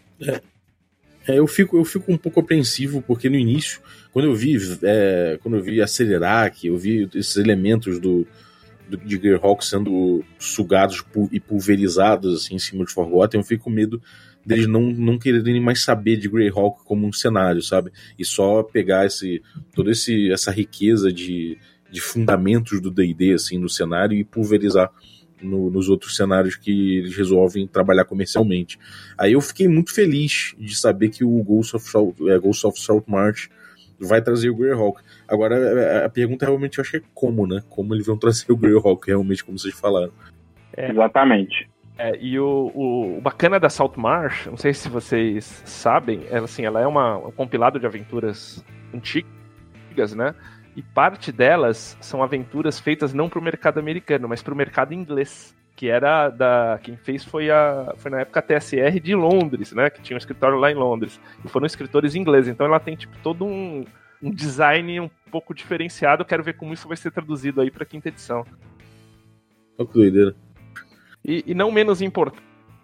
Eu fico um pouco apreensivo, porque no início, quando eu vi acelerar, que eu vi esses elementos de Greyhawk sendo sugados e pulverizados assim, em cima de Forgotten, eu fico com medo deles não quererem mais saber de Greyhawk como um cenário, sabe? E só pegar toda essa riqueza de fundamentos do D&D assim, no cenário e pulverizar nos outros cenários que eles resolvem trabalhar comercialmente. Aí eu fiquei muito feliz de saber que o Ghost of Saltmarsh vai trazer o Greyhawk. Agora, a pergunta realmente eu acho que é como, né? Como eles vão trazer o Greyhawk, realmente, como vocês falaram. Exatamente. E o bacana da Saltmarsh, não sei se vocês sabem, ela é um compilado de aventuras antigas, né? E parte delas são aventuras feitas não para o mercado americano, mas para o mercado inglês, que era quem fez foi na época a TSR de Londres, né? Que tinha um escritório lá em Londres. E foram escritores ingleses. Então ela tem tipo todo um design um pouco diferenciado. Quero ver como isso vai ser traduzido aí para a quinta edição. Olha que doideira. E não menos importante,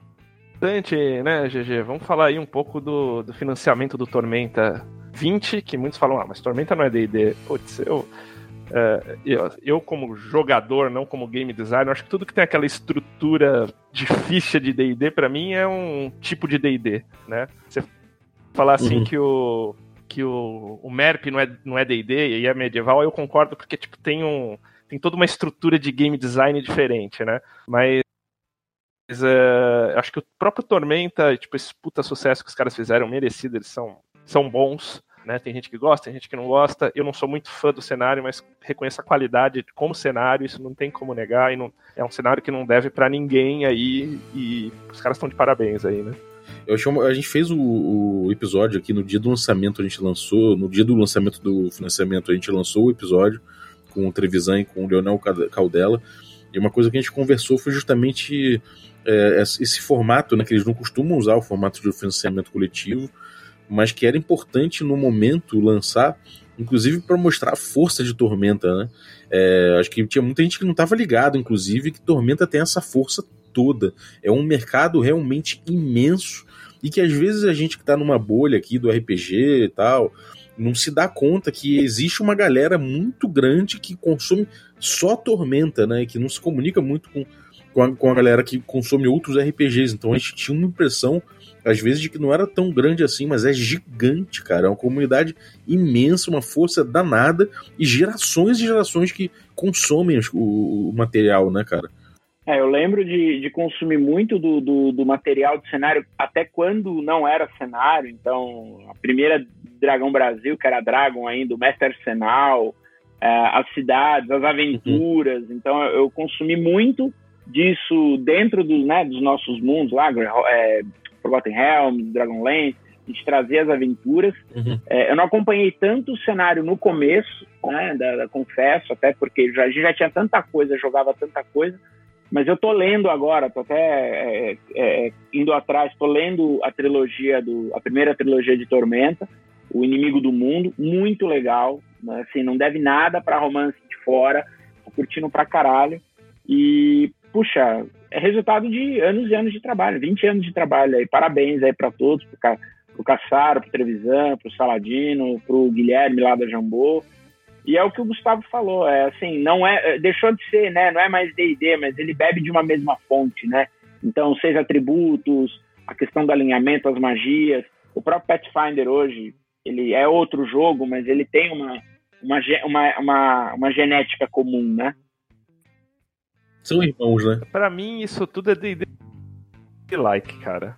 né, GG? Vamos falar aí um pouco do financiamento do Tormenta 20, que muitos falam, mas Tormenta não é D&D. Putz, eu como jogador, não como game designer, acho que tudo que tem aquela estrutura de ficha de D&D, pra mim, é um tipo de D&D, né? Você falar assim que o MERP não é D&D e é medieval, eu concordo, porque tipo, tem toda uma estrutura de game design diferente, né? Mas acho que o próprio Tormenta, tipo, esse puta sucesso que os caras fizeram, merecido, eles são bons, né? Tem gente que gosta, tem gente que não gosta. Eu não sou muito fã do cenário, mas reconheço a qualidade como cenário, isso não tem como negar, e é um cenário que não deve pra ninguém aí, e os caras estão de parabéns aí, né? A gente fez o episódio aqui no dia do lançamento, no dia do lançamento do financiamento, a gente lançou o episódio com o Trevisan e com o Leonel Caldela. E uma coisa que a gente conversou foi justamente esse formato, né, que eles não costumam usar o formato de financiamento coletivo, mas que era importante no momento lançar, inclusive para mostrar a força de Tormenta, né? Acho que tinha muita gente que não estava ligado, inclusive, que Tormenta tem essa força toda. É um mercado realmente imenso e que às vezes a gente que está numa bolha aqui do RPG e tal, não se dá conta que existe uma galera muito grande que consome só Tormenta, né? E que não se comunica muito com a galera que consome outros RPGs. Então a gente tinha uma impressão, às vezes, de que não era tão grande assim, mas é gigante, cara. É uma comunidade imensa, uma força danada e gerações e gerações que consomem o material, né, cara? Eu lembro de consumir muito do material do cenário, até quando não era cenário. Então, a primeira Dragão Brasil, que era Dragon ainda, o Mestre Arsenal, as cidades, as aventuras. Então, eu consumi muito disso dentro dos nossos mundos lá, Forgotten Realms, Dragonlance. A gente trazia as aventuras. Eu não acompanhei tanto o cenário no começo, né, confesso, até porque a gente já tinha tanta coisa, jogava tanta coisa. Mas eu tô lendo agora, tô até indo atrás, tô lendo a primeira trilogia de Tormenta, O Inimigo do Mundo, muito legal, né? Assim, não deve nada pra romance de fora, tô curtindo pra caralho. E, puxa, é resultado de anos e anos de trabalho, 20 anos de trabalho aí, parabéns aí pra todos, pro Cassaro, pro Trevisan, pro Saladino, pro Guilherme lá da Jambô. E é o que o Gustavo falou, assim, deixou de ser, né, não é mais D&D, mas ele bebe de uma mesma fonte, né? Então, 6 atributos, a questão do alinhamento, as magias, o próprio Pathfinder hoje, ele é outro jogo, mas ele tem uma genética comum, né? São irmãos, né? Pra mim, isso tudo é D&D-like, cara.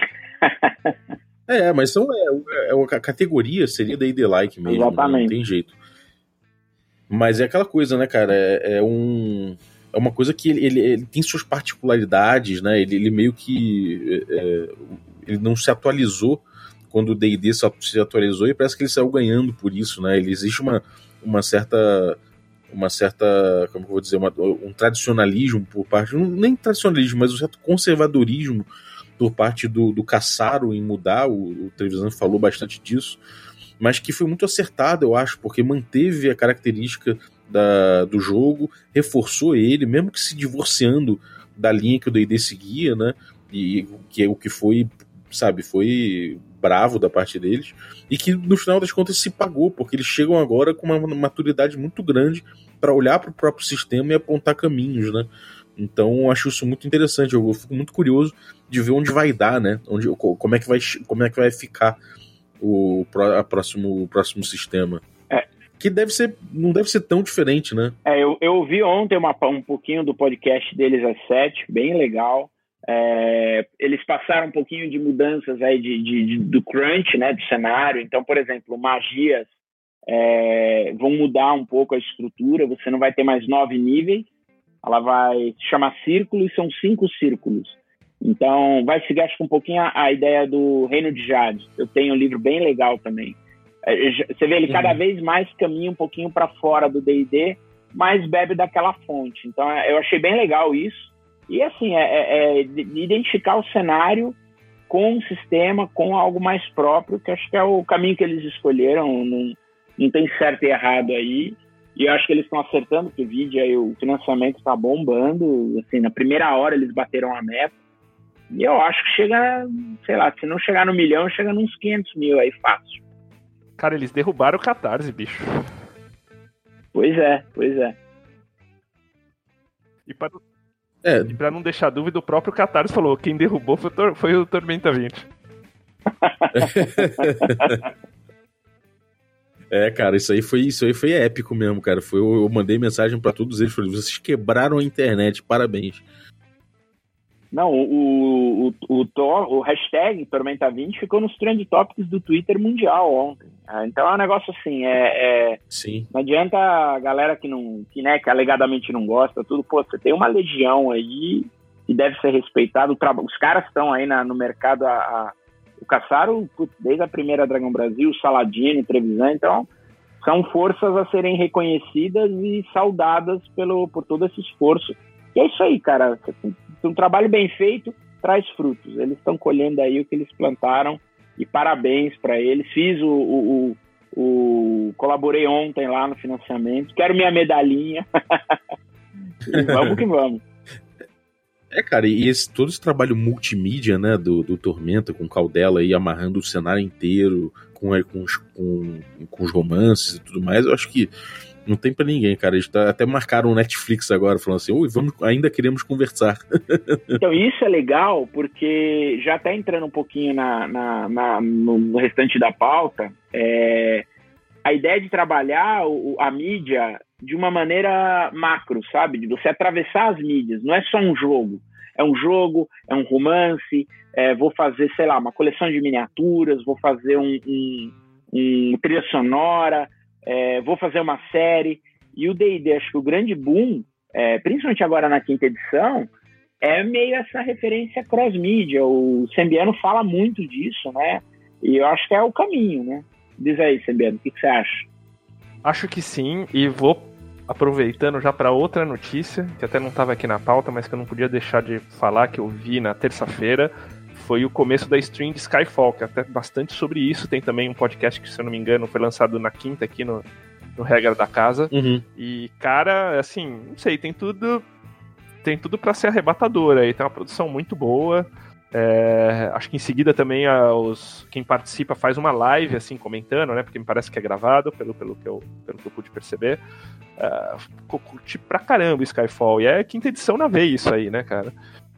Mas a categoria seria D&D-like mesmo, exatamente. Não tem jeito. Mas é aquela coisa, né, cara? É uma coisa que ele tem suas particularidades, né? Ele meio que ele não se atualizou quando o D&D se atualizou e parece que ele saiu ganhando por isso, né? Existe uma certa, como eu vou dizer, um tradicionalismo por parte, nem tradicionalismo, mas um certo conservadorismo por parte do Cassaro em mudar. O Trevisan falou bastante disso, mas que foi muito acertado, eu acho, porque manteve a característica do jogo, reforçou ele, mesmo que se divorciando da linha que o D&D seguia, né, e que é o que foi bravo da parte deles, e que no final das contas se pagou, porque eles chegam agora com uma maturidade muito grande para olhar para o próprio sistema e apontar caminhos, né. Então eu acho isso muito interessante, eu fico muito curioso de ver onde vai dar, né, como é que vai ficar o próximo sistema. Que não deve ser tão diferente, né? Eu ouvi ontem um pouquinho do podcast deles às 7, bem legal. Eles passaram um pouquinho de mudanças aí do crunch, né, do cenário. Então, por exemplo, magias vão mudar um pouco a estrutura. Você não vai ter mais 9 níveis. Ela vai se chamar círculo e são 5 círculos. Então, vai seguir, acho que um pouquinho a ideia do Reino de Jade. Eu tenho um livro bem legal também. Você vê, ele cada vez mais caminha um pouquinho para fora do D&D, mas bebe daquela fonte. Então, eu achei bem legal isso. E, assim, identificar o cenário com o sistema, com algo mais próprio, que acho que é o caminho que eles escolheram. Não tem certo e errado aí. E eu acho que eles estão acertando, porque o financiamento está bombando. Assim, na primeira hora eles bateram a meta. E eu acho que chega, sei lá, se não chegar no 1 milhão, chega nos 500 mil aí, fácil. Cara, eles derrubaram o Catarse, bicho. Pois é. E pra não deixar dúvida, o próprio Catarse falou, quem derrubou foi o Tormenta 20. Cara, isso aí foi épico mesmo, cara. Eu mandei mensagem pra todos eles, falei, vocês quebraram a internet, parabéns. Não, o hashtag Tormenta 20 ficou nos Trend Topics do Twitter mundial ontem. Então é um negócio assim, Sim. Não adianta a galera que alegadamente não gosta, tudo, pô, você tem uma legião aí que deve ser respeitado. Os caras estão aí no mercado, o Cassaro, desde a primeira Dragão Brasil, o Saladino, o Trevisan, então são forças a serem reconhecidas e saudadas por todo esse esforço E é isso aí, cara. Um trabalho bem feito traz frutos. Eles estão colhendo aí o que eles plantaram e parabéns para eles. Fiz colaborei ontem lá no financiamento. Quero minha medalhinha. E vamos que vamos. Cara, e todo esse trabalho multimídia, né, do Tormenta, com Caldela aí amarrando o cenário inteiro, com os romances e tudo mais, eu acho que não tem pra ninguém, cara. Eles até marcaram o Netflix agora, falando assim, ainda queremos conversar. Então, isso é legal, porque já tá entrando um pouquinho no restante da pauta, a ideia de trabalhar a mídia de uma maneira macro, sabe? De você atravessar as mídias. Não é só um jogo. É um jogo, é um romance, vou fazer, sei lá, uma coleção de miniaturas, vou fazer um trilha sonora, vou fazer uma série. E o D&D, acho que o grande boom, principalmente agora na 5ª edição, é meio essa referência cross-mídia. O Sembiano fala muito disso, né? E eu acho que é o caminho, né? Diz aí, Sembiano, o que você acha? Acho que sim, e vou aproveitando já para outra notícia, que até não estava aqui na pauta, mas que eu não podia deixar de falar, que eu vi na terça-feira, foi o começo da stream de Skyfall, que até bastante sobre isso. Tem também um podcast que, se eu não me engano, foi lançado na 5ª aqui no Regra da Casa. Uhum. E, cara, assim, não sei, tem tudo para ser arrebatador aí. Tem uma produção muito boa. Acho que em seguida também quem participa faz uma live, assim, comentando, né? Porque me parece que é gravado, pelo que eu pude perceber. Curti pra caramba o Skyfall. E é 5ª edição na veia isso aí, né, cara?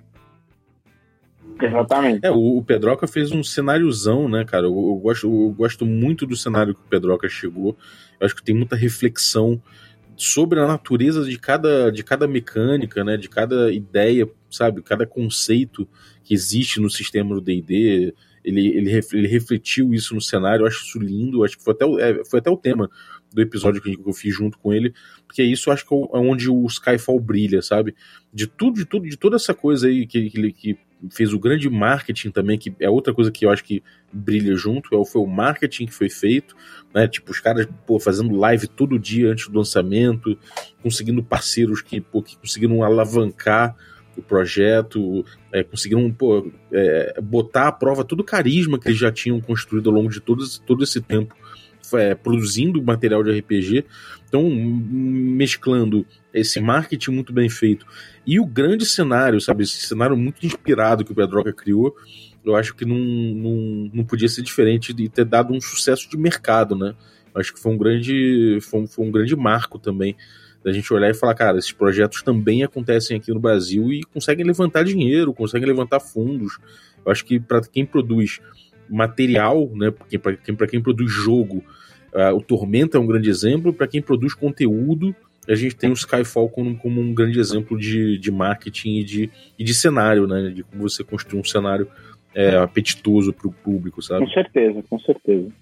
Exatamente. O Pedroca fez um cenáriozão, né, cara? Eu gosto muito do cenário que o Pedroca chegou. Eu acho que tem muita reflexão sobre a natureza de cada mecânica, né? De cada ideia, sabe? Cada conceito que existe no sistema do D&D. Ele refletiu isso no cenário. Eu acho isso lindo. Eu acho que foi até o tema do episódio que eu fiz junto com ele, porque isso eu acho que é onde o Skyfall brilha, sabe? De toda essa coisa aí que fez o grande marketing também, que é outra coisa que eu acho que brilha junto, foi o marketing que foi feito, né? Tipo, os caras, fazendo live todo dia antes do lançamento, conseguindo parceiros que conseguiram alavancar o projeto, conseguiram botar à prova todo o carisma que eles já tinham construído ao longo de todo esse tempo, produzindo material de RPG. Então, mesclando esse marketing muito bem feito e o grande cenário, sabe, esse cenário muito inspirado que o Pedroca criou, eu acho que não podia ser diferente de ter dado um sucesso de mercado, né? Eu acho que foi um grande marco também da gente olhar e falar, cara, esses projetos também acontecem aqui no Brasil e conseguem levantar dinheiro, conseguem levantar fundos. Eu acho que para quem produz material, né, para quem produz jogo, o Tormenta é um grande exemplo. Para quem produz conteúdo, a gente tem o Skyfall como um grande exemplo de marketing e de cenário, né, de como você construir um cenário apetitoso para o público, sabe? Com certeza.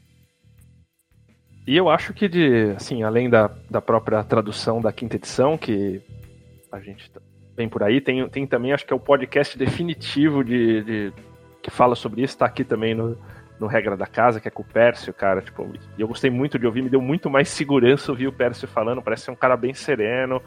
E eu acho que, assim, além da própria tradução da 5ª edição, que a gente vem por aí, tem também, acho que é o podcast definitivo que fala sobre isso, tá aqui também no Regra da Casa, que é com o Pércio, cara, tipo, e eu gostei muito de ouvir, me deu muito mais segurança ouvir o Pércio falando, parece ser um cara bem sereno,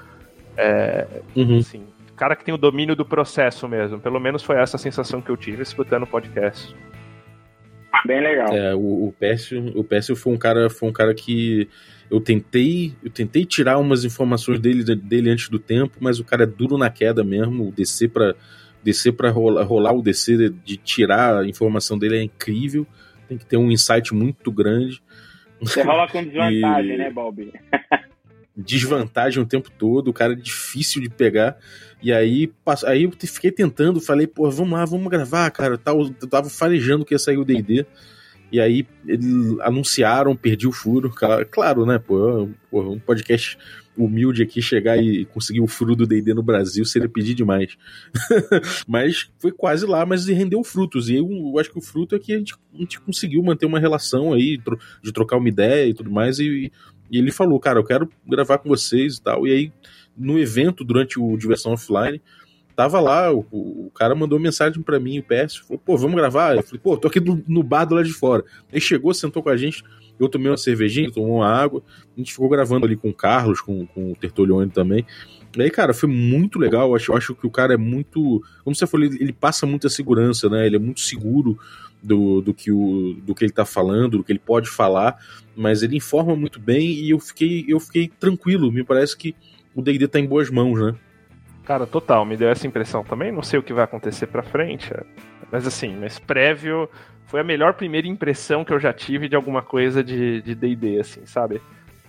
assim, cara que tem o domínio do processo mesmo, pelo menos foi essa a sensação que eu tive escutando o podcast. Bem legal. O Pércio foi um cara que eu tentei tirar umas informações dele antes do tempo, mas o cara é duro na queda mesmo, descer pra rolar o DC de tirar a informação dele é incrível, tem que ter um insight muito grande. Você rola com desvantagem, né, Balbi? Desvantagem o tempo todo, o cara é difícil de pegar. E aí eu fiquei tentando, falei, vamos lá, vamos gravar, cara. Eu tava farejando que ia sair o D&D. E aí eles anunciaram, perdi o furo. Claro, né, um podcast humilde aqui chegar e conseguir o furo do D&D no Brasil seria pedir demais. Mas foi quase lá, mas rendeu frutos. E eu acho que o fruto é que a gente conseguiu manter uma relação aí, de trocar uma ideia e tudo mais. E ele falou, cara, eu quero gravar com vocês e tal. E aí, no evento, durante o Diversão Offline, tava lá, o cara mandou mensagem pra mim, o PS, falou, pô, vamos gravar? Eu falei, pô, tô aqui no bar do lado de fora. Ele chegou, sentou com a gente, eu tomei uma cervejinha, ele tomou uma água, a gente ficou gravando ali com o Carlos, com o Tertolioni também. E aí, cara, foi muito legal, eu acho que o cara é muito, como você falou, ele passa muita segurança, né, ele é muito seguro do que ele tá falando, do que ele pode falar, mas ele informa muito bem e eu fiquei tranquilo, me parece que o D&D tá em boas mãos, né? Cara, total, me deu essa impressão também, não sei o que vai acontecer pra frente, mas assim, mas prévio, foi a melhor primeira impressão que eu já tive de alguma coisa de D&D, assim, sabe?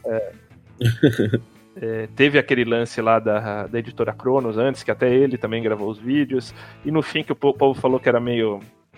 Teve aquele lance lá da editora Cronos antes, que até ele também gravou os vídeos, e no fim que o povo falou que era meio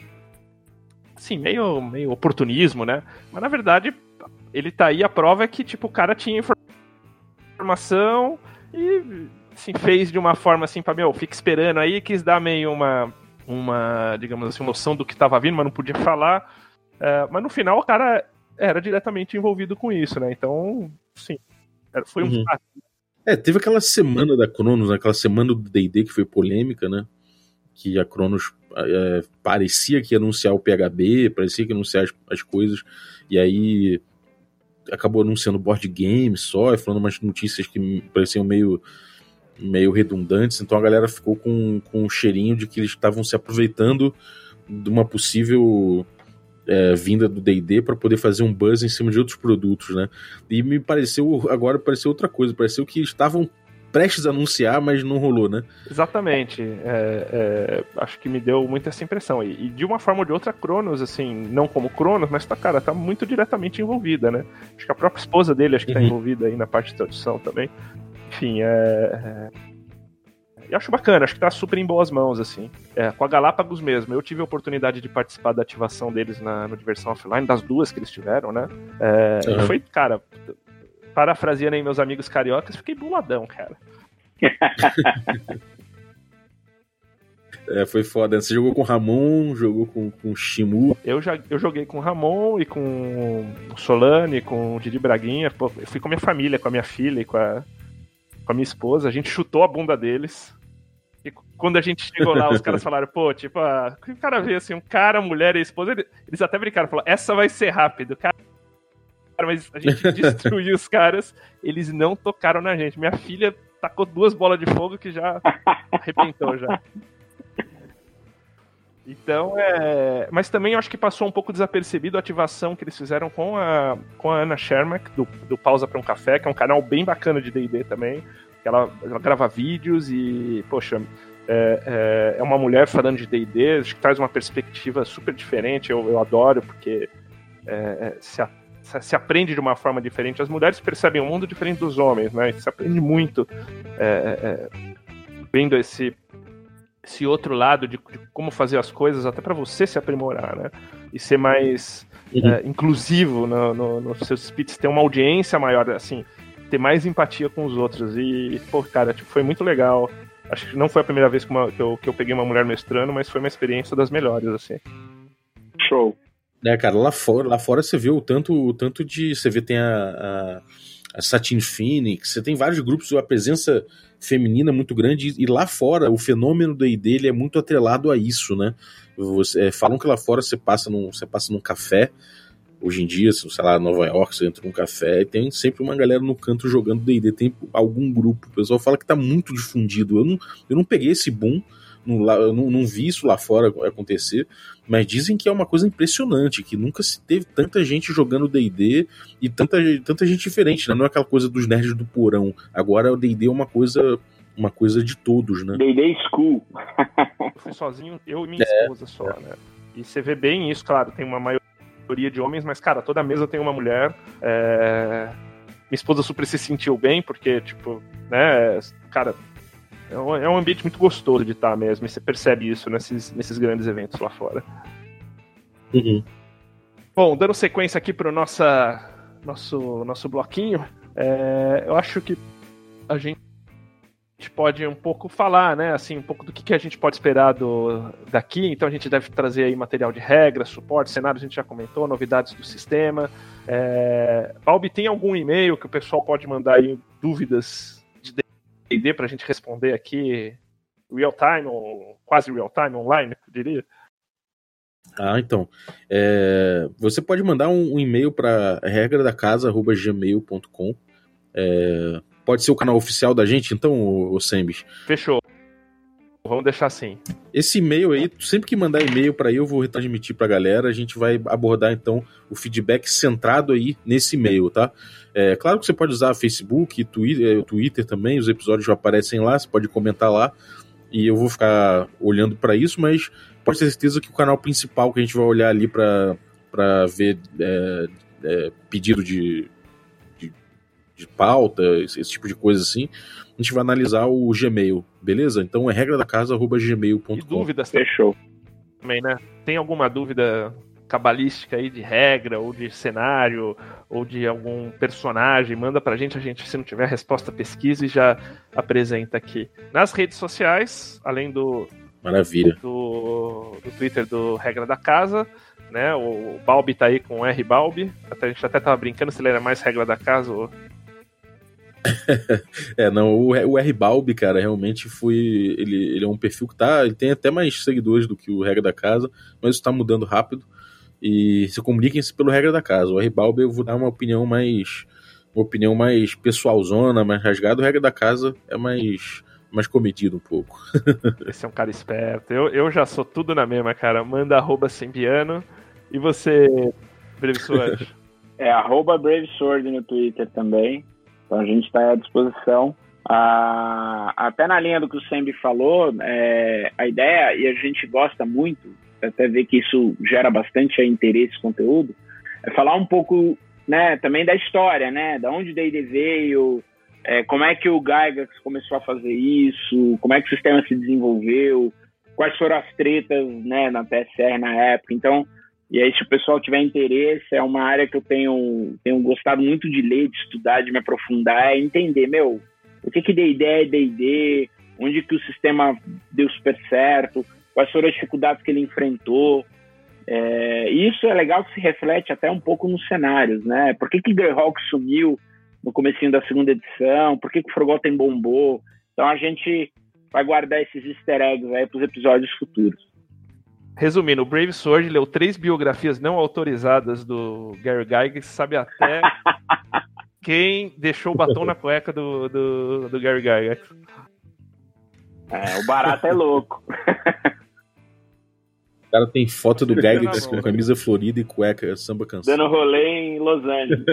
oportunismo, né? Mas na verdade, ele tá aí, a prova é que, tipo, o cara tinha informação e, assim, fez de uma forma assim, pra, fica esperando aí, quis dar meio uma, digamos assim, noção do que tava vindo, mas não podia falar. Mas no final o cara era diretamente envolvido com isso, né? Então, sim, foi um fato. Teve aquela semana da Cronos, aquela semana do D&D que foi polêmica, né? Que a Cronos parecia que ia anunciar o PHB, parecia que ia anunciar as coisas, e aí acabou anunciando board game só, falando umas notícias que pareciam meio redundantes, então a galera ficou com um cheirinho de que eles estavam se aproveitando de uma possível vinda do D&D para poder fazer um buzz em cima de outros produtos, né? E me pareceu outra coisa, pareceu que estavam prestes a anunciar, mas não rolou, né? Exatamente. Acho que me deu muito essa impressão. E de uma forma ou de outra, a Cronos, assim, não como Cronos, mas tá muito diretamente envolvida, né? Acho que a própria esposa dele tá envolvida aí na parte de tradução também. Enfim, eu acho bacana, acho que tá super em boas mãos, assim. Com a Galápagos mesmo, eu tive a oportunidade de participar da ativação deles no Diversão Offline, das duas que eles tiveram, né? Foi, cara, parafraseando aí meus amigos cariocas, fiquei boladão, cara. Foi foda. Você jogou com o Ramon, jogou com o Shimu? Eu joguei com o Ramon e com o Solane, com o Didi Braguinha. Pô, eu fui com a minha família, com a minha filha e com a minha esposa. A gente chutou a bunda deles. E quando a gente chegou lá, os caras falaram, pô, tipo, o cara vê assim, um cara, a mulher e a esposa, eles até brincaram, falaram, essa vai ser rápido, cara. Mas a gente destruiu os caras, eles não tocaram na gente. Minha filha tacou 2 bolas de fogo que já arrebentou já. Então, mas também eu acho que passou um pouco desapercebido a ativação que eles fizeram com a Ana Shermack, do Pausa para um Café, que é um canal bem bacana de D&D também, que ela grava vídeos e, poxa, é uma mulher falando de D&D, acho que traz uma perspectiva super diferente, eu adoro, porque se aprende de uma forma diferente. As mulheres percebem um mundo diferente dos homens, né? Se aprende muito vendo esse outro lado de como fazer as coisas, até para você se aprimorar, né? E ser mais inclusivo nos seus speeches, ter uma audiência maior, assim, ter mais empatia com os outros. E, pô, cara, tipo, foi muito legal. Acho que não foi a primeira vez que eu peguei uma mulher mestrando, mas foi uma experiência das melhores, assim. Show. Cara, lá fora você vê o tanto de... Você vê, tem a Satine Phoenix, você tem vários grupos, a presença feminina muito grande, e lá fora o fenômeno do D&D ele é muito atrelado a isso, né? Falam que lá fora você passa num café, hoje em dia, sei lá, Nova York, você entra num café e tem sempre uma galera no canto jogando D&D, tem algum grupo, o pessoal fala que tá muito difundido. Eu não peguei esse boom, eu não vi isso lá fora acontecer, mas dizem que é uma coisa impressionante, que nunca se teve tanta gente jogando D&D e tanta gente diferente, né? Não é aquela coisa dos nerds do porão. Agora o D&D é uma coisa de todos, né? D&D School. Eu fui sozinho, eu e minha esposa só, né? E você vê bem isso, claro, tem uma maioria de homens, mas, cara, toda mesa tem uma mulher. Minha esposa super se sentiu bem, porque, tipo, né, cara... É um ambiente muito gostoso de estar mesmo, e você percebe isso nesses grandes eventos lá fora. Bom, dando sequência aqui para o nosso bloquinho, eu acho que a gente pode um pouco falar, né, assim, um pouco do que a gente pode esperar daqui. Então a gente deve trazer aí material de regras, suporte, cenário, a gente já comentou, novidades do sistema. Balbi, tem algum e-mail que o pessoal pode mandar aí dúvidas de D&D pra gente responder aqui real time, ou quase real time, online, eu diria? Então, você pode mandar um e-mail para regradacasa@gmail.com. Pode ser o canal oficial da gente, então, o Sembis? Fechou. Vamos deixar assim. Esse e-mail aí, sempre que mandar e-mail para aí, eu vou retransmitir pra galera. A gente vai abordar, então, o feedback centrado aí nesse e-mail, tá? Claro que você pode usar Facebook, Twitter também, os episódios já aparecem lá, você pode comentar lá. E eu vou ficar olhando para isso, mas pode ter certeza que o canal principal que a gente vai olhar ali para ver pedido de pauta, esse tipo de coisa assim, a gente vai analisar o Gmail, beleza? Então é regradacasa@gmail.com. E dúvidas Fechou. também, né? Tem alguma dúvida cabalística aí de regra, ou de cenário, ou de algum personagem, manda pra gente, se não tiver resposta, pesquisa e já apresenta aqui. Nas redes sociais, além do Maravilha. do Twitter do Regra da Casa, né? O Balbi tá aí com R Balbi. A gente até tava brincando se ele era mais Regra da Casa ou... Não, o R Balbi, cara, realmente foi. Ele é um perfil que ele tem até mais seguidores do que o Regra da Casa, mas isso tá mudando rápido. E se comuniquem-se pelo Regra da Casa. O R Balbi, eu vou dar uma opinião mais pessoalzona, mais rasgada. O Regra da Casa é mais comedido um pouco. Esse é um cara esperto. Eu já sou tudo na mesma, cara. Manda @Sembiano. E você, Brave Sword? @Brave Sword no Twitter também. Então a gente está à disposição. Até na linha do que o Sembi falou, a ideia, e a gente gosta muito, até ver que isso gera bastante interesse e conteúdo, é falar um pouco, né, também da história, né, da onde o D&D veio, como é que o Gygax começou a fazer isso, como é que o sistema se desenvolveu, quais foram as tretas, né, na TSR na época. Então, e aí, se o pessoal tiver interesse, é uma área que eu tenho gostado muito de ler, de estudar, de me aprofundar, entender, o que D&D é D&D, onde que o sistema deu super certo, quais foram as dificuldades que ele enfrentou. E isso é legal que se reflete até um pouco nos cenários, né? Por que Greyhawk sumiu no comecinho da segunda edição? Por que o Forgotten bombou? Então a gente vai guardar esses easter eggs aí para os episódios futuros. Resumindo, o Brave Sword leu 3 biografias não autorizadas do Gary Gygax, sabe até quem deixou o batom na cueca do Gary Gygax. O barato é louco. O cara tem foto do Gygax com camisa florida e cueca, samba canção. Dando rolê em Los Angeles.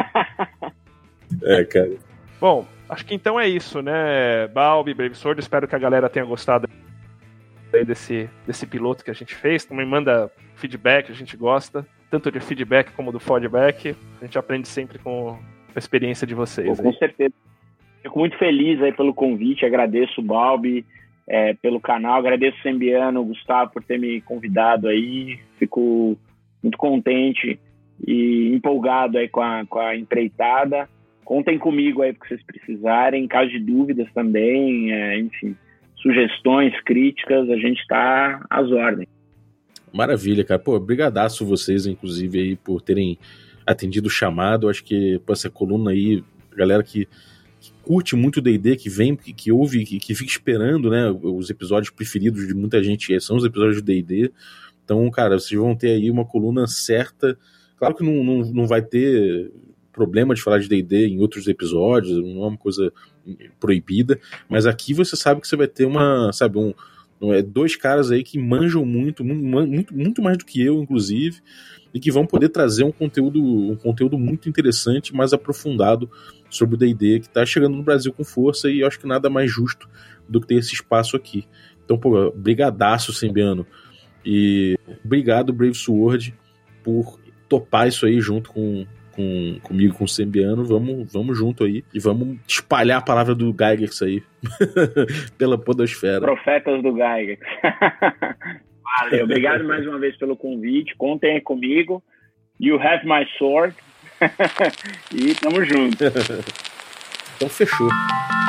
Cara. Bom, acho que então é isso, né? Balbi, Brave Sword, espero que a galera tenha gostado aí desse piloto que a gente fez. Também manda feedback, a gente gosta, tanto de feedback como do feedback. A gente aprende sempre com a experiência de vocês. Com certeza. Fico muito feliz aí pelo convite, agradeço o Balbi pelo canal, agradeço o Sembiano, o Gustavo por ter me convidado aí, fico muito contente e empolgado aí com a empreitada. Contem comigo aí, porque vocês precisarem, em caso de dúvidas também, enfim, sugestões, críticas, a gente está às ordens. Maravilha, cara. Pô, brigadaço vocês, inclusive, aí, por terem atendido o chamado. Acho que essa coluna aí, a galera que curte muito o D&D, que vem, que ouve, que fica esperando, né, os episódios preferidos de muita gente são os episódios do D&D. Então, cara, vocês vão ter aí uma coluna certa. Claro que não vai ter problema de falar de D&D em outros episódios, não é uma coisa proibida, mas aqui você sabe que você vai ter dois caras aí que manjam muito mais do que eu, inclusive, e que vão poder trazer um conteúdo muito interessante, mais aprofundado sobre o D&D, que está chegando no Brasil com força, e eu acho que nada mais justo do que ter esse espaço aqui. Então, pô, brigadaço, Sembiano, e obrigado, Brave Sword, por topar isso aí junto comigo, com o Sembiano. Vamos junto aí e vamos espalhar a palavra do Gygax aí pela podosfera. Profetas do Gygax. Valeu, obrigado mais uma vez pelo convite, contem aí comigo. You have my sword. E tamo junto. Então fechou.